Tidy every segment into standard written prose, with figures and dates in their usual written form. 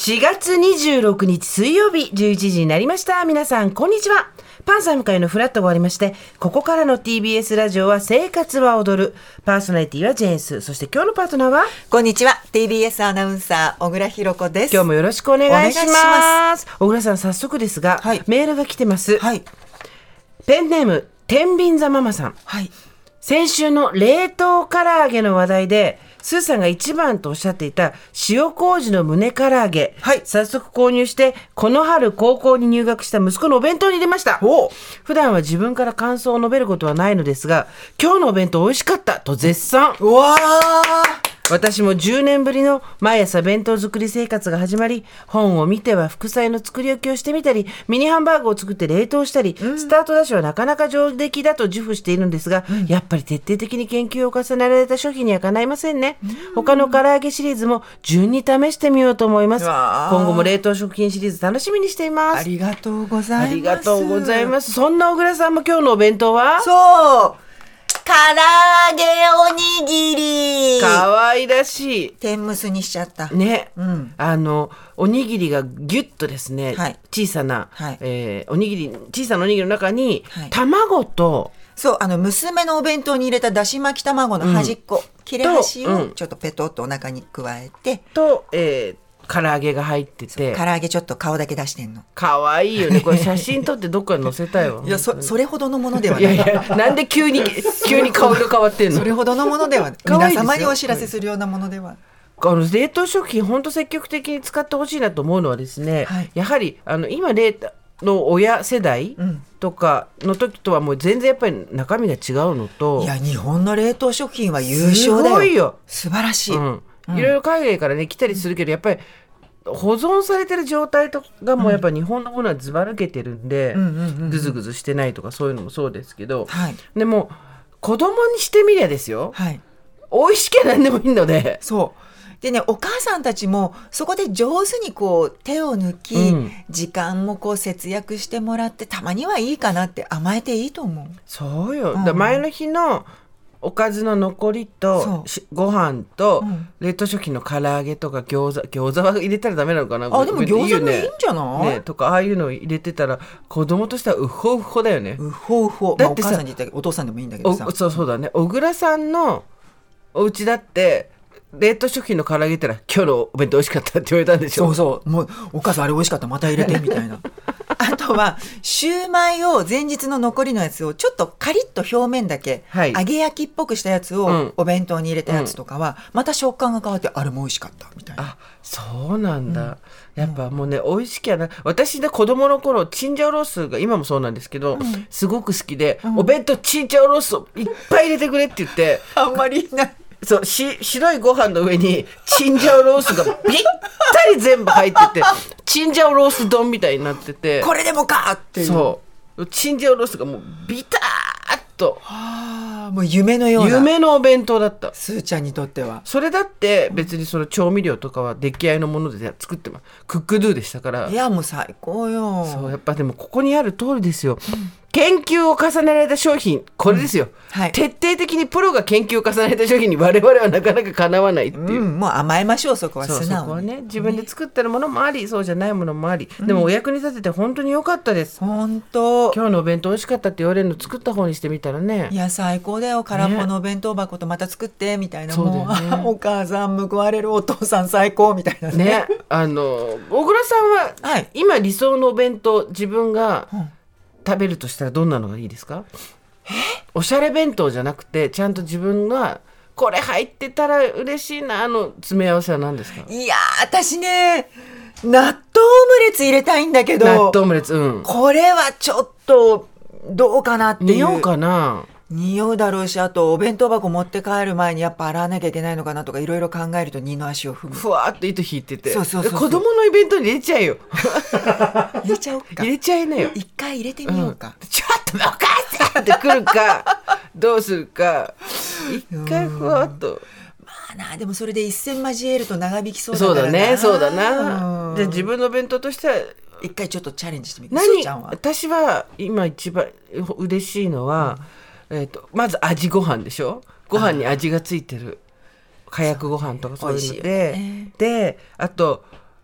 4月26日水曜日11時になりました。皆さんこんにちは。パンサー向かいのフラットが終わりまして、ここからの TBS ラジオは生活は踊る。パーソナリティはジェーンス、そして今日のパートナーはこんにちは、 TBS アナウンサー小倉弘子です。 今日もよろしくお願いします。小倉さん、早速ですが、 はい、 メールが来てます、 はい、 ペンネーム天秤座ママさん、 はい、 先週の冷凍唐揚げの話題でスーさんが一番とおっしゃっていた塩麹の胸唐揚げ、 はい、 早速購入してこの春高校に入学した息子のお弁当に入れました。普段は自分から感想を述べることはないのですが、今日のお弁当美味しかったと絶賛。 うわー、 私も10年ぶりの毎朝弁当作り生活が始まり、本を見ては副菜の作り置きをしてみたり、ミニハンバーグを作って冷凍したり、スタートダッシュはなかなか上出来だと自負しているんですが、やっぱり徹底的に研究を重ねられた商品にはかないませんね。他の唐揚げシリーズも順に試してみようと思います。今後も冷凍食品シリーズ楽しみにしています。 ありがとうございます。 ありがとうございます。そんな小倉さんも今日のお弁当は？ そう、唐揚げおにぎり。 かわいらしい。 天むすにしちゃったね、 うん、 おにぎりがギュッとですね、 はい、 小さな、 はい、 小さなおにぎりの中に、 はい、 卵と、 そう、娘のお弁当に入れただし巻き卵の端っこ、切れ端をちょっとペトッとお腹に加えて、 と、唐揚げが入ってて、 唐揚げちょっと顔だけ出してんの。 かわいいよね。これ写真撮ってどっかに載せたいわ。 いや、それほどのものではない。 いやいや、なんで急に顔色変わってんの？ それほどのものでは可愛いですよ。 皆様にお知らせするようなものでは。 冷凍食品本当積極的に使ってほしいなと思うのはですね、 はい、 やはり今冷凍の親世代とかの時とはもう全然やっぱり中身が違うのと、 いや、日本の冷凍食品は優勝だよ。 すごいよ。 素晴らしい、 いろいろ海外からね来たりするけど、やっぱり保存されてる状態とかもやっぱり日本のものはずば抜けてるんで、ぐずぐずしてないとかそういうのもそうですけど、 はい、 でも子供にしてみりゃですよ、 はい、 美味しきゃ何でもいいので。 そうでね、お母さんたちもそこで上手にこう手を抜き、時間もこう節約してもらって、たまにはいいかなって甘えていいと思う。 そうよ、だ前の日のおかずの残りとご飯と、冷凍食品の唐揚げとか餃子は入れたらダメなのかな。 あ、でも餃子もいいんじゃない？ ね、とかああいうのを入れてたら子供としてはウホウホだよね。 ウホウホ。だってさ、お母さんに言ったけどお父さんでもいいんだけどさ。 そうだね。小倉さんのお家だって冷凍食品の唐揚げたら今日のお弁当美味しかったって言われたんでしょ。 そうそう、もうお母さんあれ美味しかった、また入れてみたいな。あとはシューマイを前日の残りのやつをちょっとカリッと表面だけ、はい、揚げ焼きっぽくしたやつをお弁当に入れたやつとかは、また食感が変わってあれも美味しかったみたいな。 あ、そうなんだ、やっぱもうね美味しきゃな。私で子供の頃チンジャオロースが今もそうなんですけど、すごく好きで、お弁当チンジャオロースをいっぱい入れてくれって言ってあんまりないそう白いご飯の上にチンジャオロースがぴったり全部入っててチンジャオロース丼みたいになってて、 これでもかっていう。 そうチンジャオロースがもうビターッと、 もう夢のような夢のお弁当だった。 スーちゃんにとっては。 それだって別にその調味料とかは出来合いのもので作ってます。クックドゥでしたから。 いやもう最高よ。 そう、やっぱでもここにある通りですよ、研究を重ねられた商品、これですよ、はい、徹底的にプロが研究を重ねられた商品に我々はなかなかかなわないっていう、 もう甘えましょう。そこは素直に。 そこはね、自分で作ってるものもあり、そうじゃないものもあり、でもお役に立てて本当に良かったです。 本当、 今日のお弁当美味しかったって言われるの作った方にしてみたらね、 いや最高だよ。空っぽのお弁当箱とまた作ってみたいな、 ね、 もうお母さん報われる、お父さん最高みたいな ね。 小倉さんは、はい、今理想のお弁当自分が、食べるとしたらどんなのがいいですか？おしゃれ弁当じゃなくて、ちゃんと自分がこれ入ってたら嬉しいな詰め合わせは何ですか？ いや私ね、納豆オムレツ入れたいんだけど、 納豆オムレツ、 これはちょっとどうかなっていう。 匂うかな？ 匂うだろうし、あとお弁当箱持って帰る前にやっぱ洗わなきゃいけないのかなとかいろいろ考えると二の足を踏む。 ふわーっと糸引いてて、 そう子供のイベントに入れちゃえよ。 入れちゃおうか。 入れちゃいなよ。 一回入れてみようか、 ちょっとお母さんってくるかどうするか、一回ふわっと。 まあな、でもそれで一戦交えると長引きそうだからな。 そうだな。じゃあ自分の弁当としては一回ちょっとチャレンジしてみて。 私は今一番嬉しいのは、まず味ご飯でしょ。ご飯に味がついてるかやくご飯とかそういうので、であと、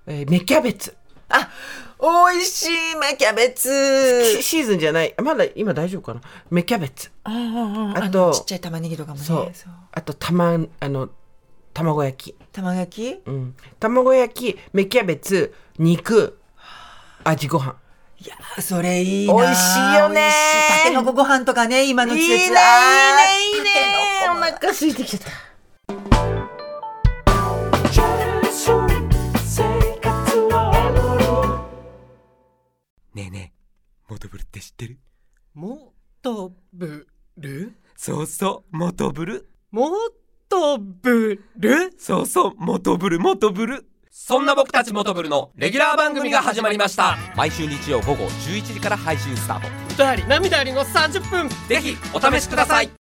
芽キャベツ。 美味しい芽キャベツ。 シーズンじゃない。まだ今大丈夫かな。芽キャベツ。 あとちっちゃい玉ねぎとかもね。そう。 あと卵焼き。 卵焼き？ 卵焼き、芽キャベツ、肉、味ご飯。 いやそれいいな。 美味しいよね。 たけのこご飯とかね、今の季節。いいね。 お腹空いてきちゃった。 ねえねえ、モトブルって知ってる？ モトブル？ そうそう、モトブル。 モトブル？ そうそう、モトブル。そんな僕たちモトブルのレギュラー番組が始まりました。毎週日曜午後11時から配信スタート。 歌あり涙ありの30分、 ぜひお試しください。